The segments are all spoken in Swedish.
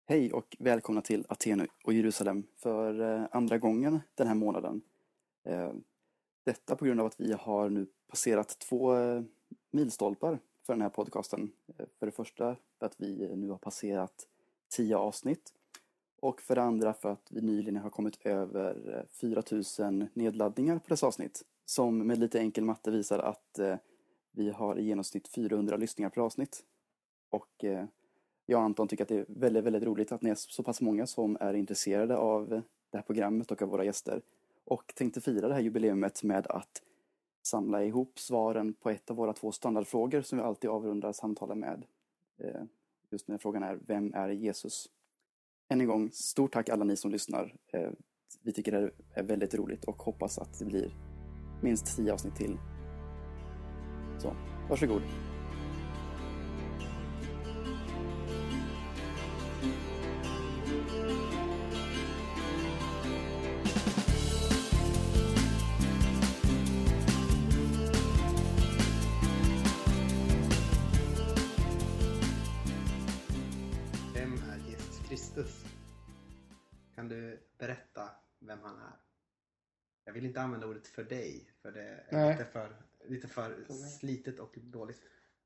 Hej och välkomna till Aten och Jerusalem för andra gången den här månaden. Detta på grund av att vi har nu passerat 2 milstolpar för den här podcasten. För det första för att vi nu har passerat 10 avsnitt. Och för det andra för att vi nyligen har kommit över 4000 nedladdningar på dessa avsnitt. Som med lite enkel matte visar att vi har i genomsnitt 400 lyssningar per avsnitt. Och jag och Anton tycker att det är väldigt, väldigt roligt att ni är så pass många som är intresserade av det här programmet och av våra gäster. Och tänkte fira det här jubileumet med att samla ihop svaren på ett av våra 2 standardfrågor som vi alltid avrundar samtalen med. Just när frågan är: vem är Jesus? Än en gång, stort tack alla ni som lyssnar. Vi tycker det är väldigt roligt och hoppas att det blir minst 10 avsnitt till. Så, varsågod. Kan du berätta vem han är? Jag vill inte använda ordet för dig, för det är lite för slitet och dåligt.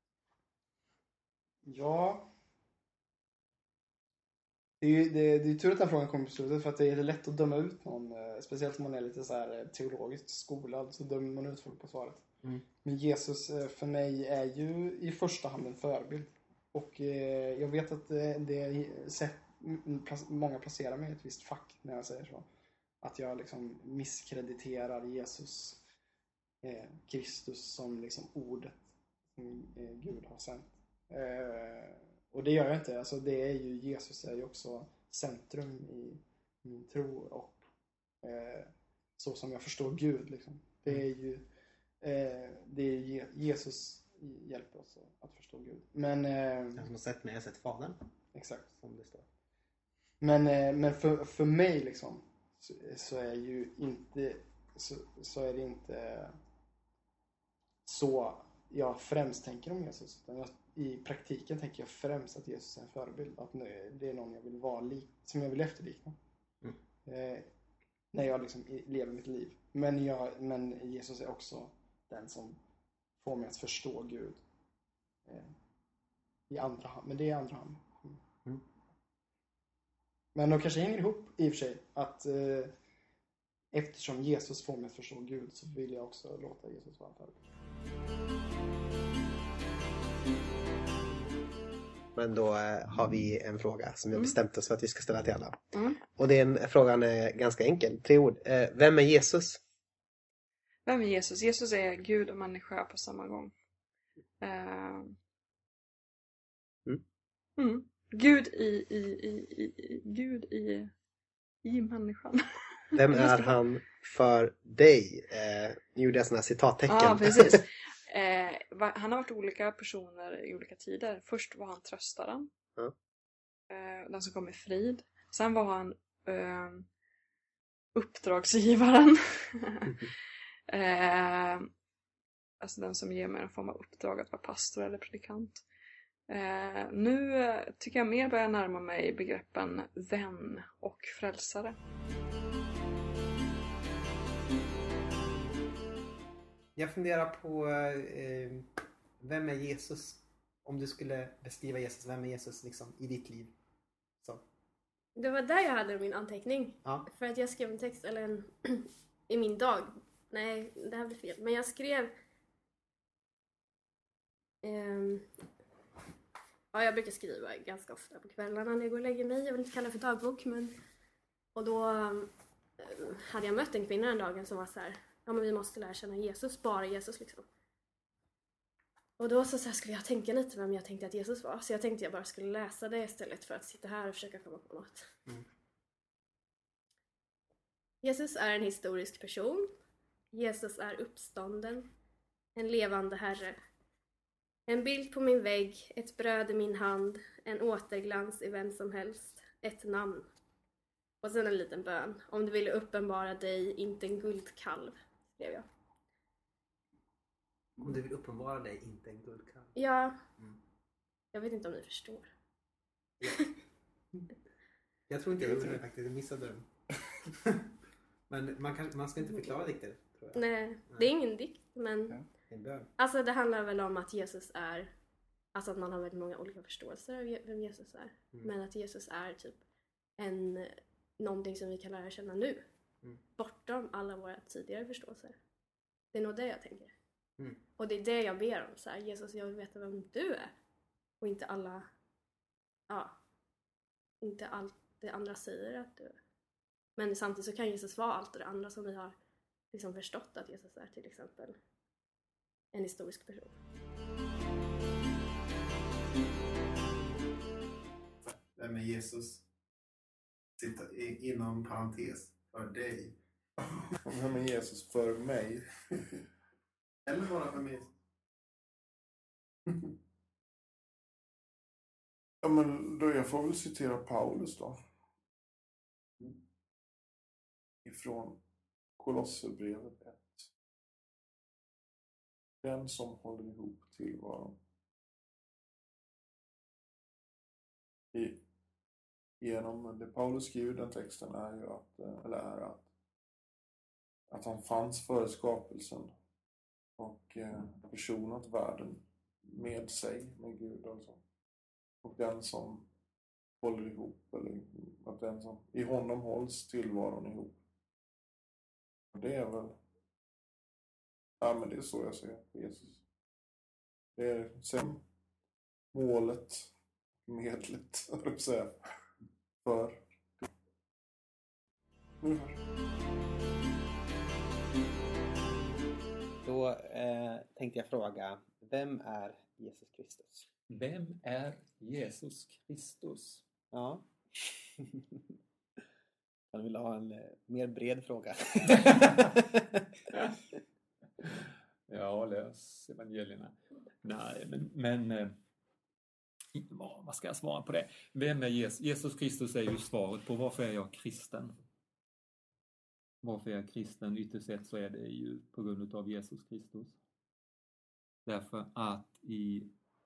Ja. Det är ju tur att den frågan kommer på slutet, för att det är lätt att döma ut någon. Speciellt om man är lite så här teologiskt skolad, så dömer man ut folk på svaret. Men Jesus för mig är ju i första hand en förebild. Och jag vet att många placerar mig i ett visst fack när jag säger så. Att jag liksom misskrediterar Jesus Kristus som liksom ordet som Gud har sänt. Och det gör jag inte. Alltså det är ju, Jesus är ju också centrum i min tro och så som jag förstår Gud liksom. Det är ju Jesus hjälper oss att förstå Gud. Men den som har sett mig har sett Fadern. Exakt. Som det står. Men för mig liksom så är ju inte så är det inte så jag främst tänker om Jesus, utan i praktiken tänker jag främst att Jesus är en förebild, att det är någon jag vill vara som jag vill efterlikna när jag liksom lever mitt liv. Men Jesus är också den som får mig att förstå Gud i andra hand, men det är i andra hand. Men de kanske hänger ihop i och för sig, att eftersom Jesus får mig att förstå Gud, så vill jag också låta Jesus vara en förebild. Men då har vi en fråga som vi har bestämt oss för att vi ska ställa till alla. Och frågan är ganska enkel, 3 ord. Vem är Jesus? Vem är Jesus? Jesus är Gud och människa på samma gång. Gud i människan. Vem är han för dig? Nu gjorde jag sådana här citattecken. Ja, precis. Han har varit olika personer i olika tider. Först var han tröstaren. Den som kom med frid. Sen var han uppdragsgivaren. Alltså den som ger mig en form av uppdrag att vara pastor eller predikant. Nu tycker jag mer börjar närma mig begreppen vän och frälsare. Jag funderar på vem är Jesus? Om du skulle beskriva Jesus, vem är Jesus liksom, i ditt liv? Så. Det var där jag hade min anteckning. Ja. För att jag skrev en text, eller i min dag. Nej, det här blir fel. Men jag skrev... jag brukar skriva ganska ofta på kvällarna när jag går och lägger mig. Jag vill inte kalla det för dagbok, men... Och då hade jag mött en kvinna den dagen som var så här: ja, men vi måste lära känna Jesus, bara Jesus liksom. Och då så skulle jag tänka lite vem jag tänkte att Jesus var. Så jag tänkte jag bara skulle läsa det istället för att sitta här och försöka komma på något. Jesus är en historisk person. Jesus är uppstånden. En levande herre. En bild på min vägg, ett bröd i min hand, en återglans i vem som helst, ett namn. Och sen en liten bön. Om du ville uppenbara dig, inte en guldkalv, skrev jag. Om du vill uppenbara dig, inte en guldkalv. Ja. Jag vet inte om ni förstår. Jag tror inte jag gjorde det faktiskt. Jag missade den. Men man ska inte förklara dikter, tror jag. Nej, det är ingen dikt, men Det är en bön. alltså det handlar väl om att Jesus är, alltså att man har väldigt många olika förståelser av vem Jesus är. Men att Jesus är typ någonting som vi kan lära känna nu. Bortom alla våra tidigare förståelser. Det är nog det jag tänker. Och det är det jag ber om. Så här, Jesus, jag vill veta vem du är. Och inte alla, inte allt det andra säger att du är. Men samtidigt så kan Jesus vara allt det andra som vi har liksom förstått att Jesus är, till exempel en historisk person. Vem är Jesus? Sitta inom parentes för dig. Vem är Jesus för mig? Eller bara för mig. Ja, men då jag får väl citera Paulus då. Ifrån Kolosserbrevet 1. Den som håller ihop tillvaron. Genom det Paulus skriver den texten är ju att han fanns före skapelsen och försonat världen med sig, med Gud alltså. Och den som håller ihop, eller att den som i honom hålls tillvaron ihop. Och det är väl, men det är så jag ser på Jesus. Det är sen målet, medlet, jag vill säga, för Då tänkte jag fråga, vem är Jesus Kristus? Vem är Jesus Kristus? Ja. Jag vill ha en mer bred fråga. Ja, läs evangelierna. Nej, men vad ska jag svara på det? Vem är Jesus? Jesus Kristus är ju svaret på varför är jag kristen. Varför är jag kristen? Ytterst sett så är det ju på grund av Jesus Kristus. Därför att i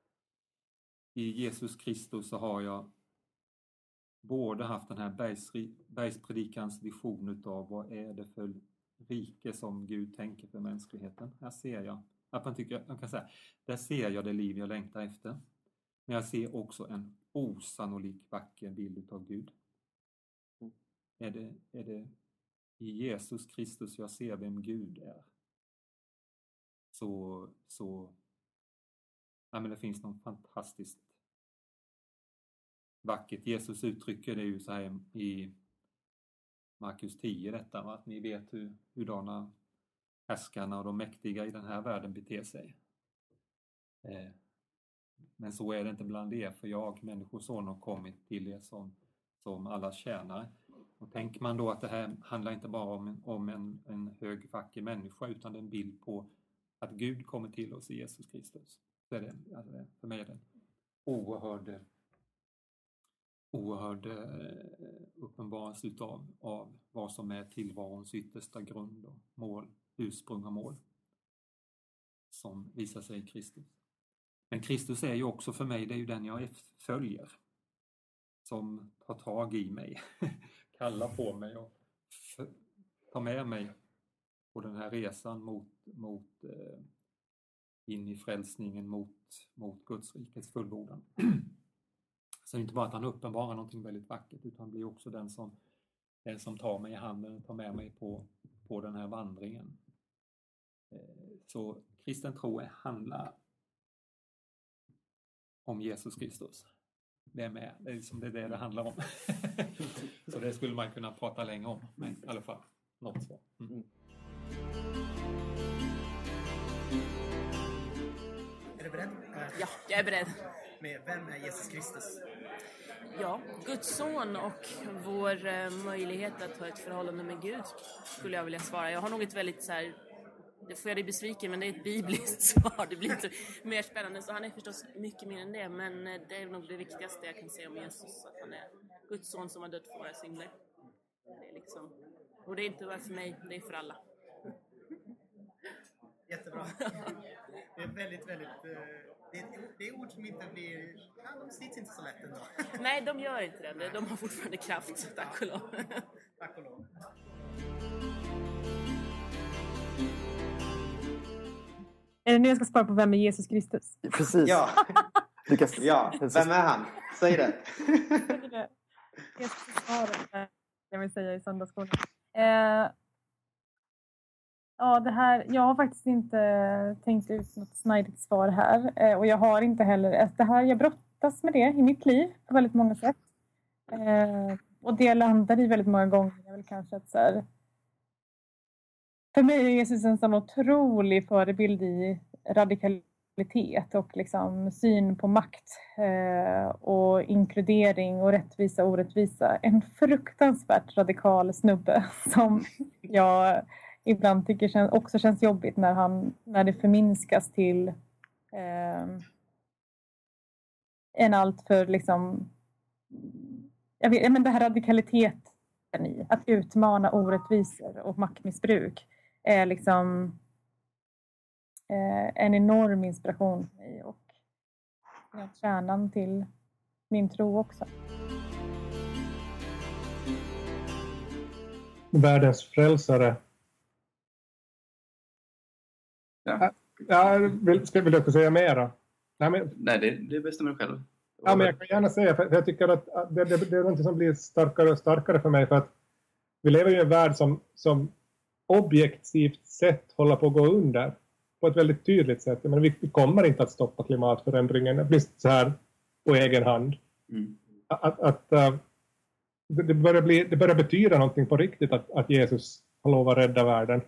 Jesus Kristus så har jag både haft den här bergspredikans vision utav vad är det för rike som Gud tänker för mänskligheten. Här ser jag, jag kan säga, där ser jag det liv jag längtar efter. Men jag ser också en osannolik vacker bild utav Gud. Är det i Jesus Kristus jag ser vem Gud är? Men det finns något fantastiskt vackert. Jesus uttrycker det ju så här i Markus 10 detta, va? Att ni vet hurdana härskarna och de mäktiga i den här världen beter sig. Men så är det inte bland er, för jag, människoson, har kommit till er som alla tjänare. Och tänker man då att det här handlar inte bara om en hög vacker människa, utan det är en bild på att Gud kommer till oss i Jesus Kristus. Så är det, för mig är det oerhörd uppenbarelse av vad som är tillvarons yttersta grund och mål, ursprung och mål som visar sig i Kristus. Men Kristus är ju också för mig, det är ju den jag följer, som tar tag i mig, kallar på mig och tar med mig på den här resan mot in i frälsningen, mot Guds rikets fullbordan. Så det är inte bara att han uppenbarar någonting väldigt vackert, utan han blir också den som tar mig i handen och tar med mig på den här vandringen. Så kristen tro handlar om Jesus Kristus. Vem är det? Det är det handlar om. Så det skulle man kunna prata länge om, men i alla fall något så. Är du beredd? Ja, jag är beredd. Med vem är Jesus Kristus? Ja, Guds son och vår möjlighet att ha ett förhållande med Gud, skulle jag vilja svara. Jag har nog ett väldigt så här, det får jag dig besviken, men det är ett bibliskt svar. Det blir inte mer spännande, så han är förstås mycket mer än det. Men det är nog det viktigaste jag kan säga om Jesus, att han är Guds son som har dött för våra synder. Det är liksom, och det är inte bara för mig, det är för alla. Jättebra. Det är väldigt, väldigt Det är ord som inte blir... Ja, de slits inte så lätt ändå. Nej, de gör inte det. De har fortfarande kraft, tack och lov. Tack och lov. Är det nu jag ska svara på vem är Jesus Kristus? Precis. Ja. Ja, vem är han? Säg det. Jag ska svara, jag vill säga i söndagsskolan. Ja, det här, jag har faktiskt inte tänkt ut något snajdigt svar här. Och jag har inte heller, det här, jag brottas med det i mitt liv på väldigt många sätt. Och det jag landar i väldigt många gånger är väl kanske att så här, för mig är Jesus en sån otrolig förebild i radikalitet och liksom syn på makt och inkludering och rättvisa och orättvisa. En fruktansvärt radikal snubbe som jag ibland tycker också känns jobbigt när det förminskas till en allt för liksom, men det här radikaliteten i att utmana orättvisor och maktmissbruk är liksom en enorm inspiration för mig och kärnan till min tro också. Världens frälsare. Ja. Vill du säga mera? Nej, det bestämmer du själv. Ja, men jag kan gärna säga, för jag tycker att det är något som blir starkare och starkare för mig, för att vi lever i en värld som objektivt sett håller på att gå under på ett väldigt tydligt sätt. Men vi kommer inte att stoppa klimatförändringen, det blir så här på egen hand. Det börjar betyda någonting på riktigt att Jesus har lovat att rädda världen.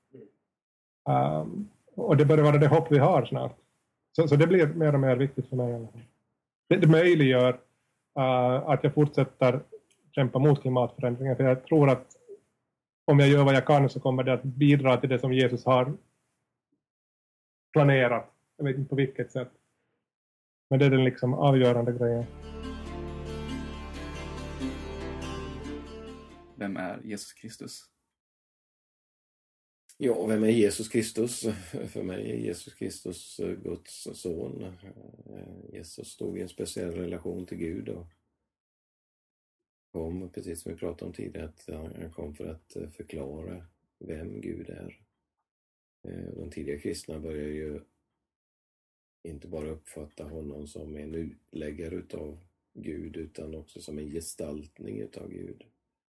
Och det börjar vara det hopp vi har snart. Så det blir mer och mer viktigt för mig. Det möjliggör att jag fortsätter kämpa mot klimatförändringen. För jag tror att om jag gör vad jag kan så kommer det att bidra till det som Jesus har planerat. Jag vet inte på vilket sätt. Men det är den liksom avgörande grejen. Vem är Jesus Kristus? Ja, vem är Jesus Kristus? För mig är Jesus Kristus Guds son. Jesus stod i en speciell relation till Gud och kom, precis som vi pratade om tidigare, att han kom för att förklara vem Gud är. De tidiga kristna börjar ju inte bara uppfatta honom som en utläggare utav Gud utan också som en gestaltning utav Gud.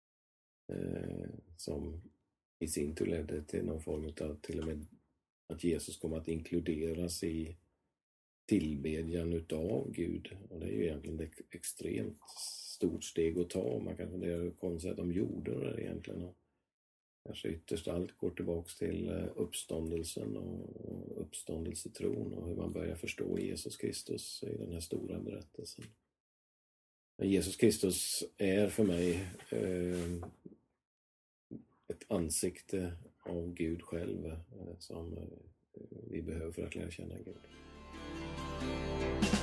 Som i sin tur ledde till någon form av till och med att Jesus kommer att inkluderas i tillbedjan utav Gud. Och det är ju egentligen ett extremt stort steg att ta. Man kan fundera hur konstigt de gjorde det egentligen. Och kanske ytterst allt går tillbaks till uppståndelsen och uppståndelsetron och hur man börjar förstå Jesus Kristus i den här stora berättelsen. Jesus Kristus är för mig ett ansikte av Gud själv som vi behöver för att lära känna Gud.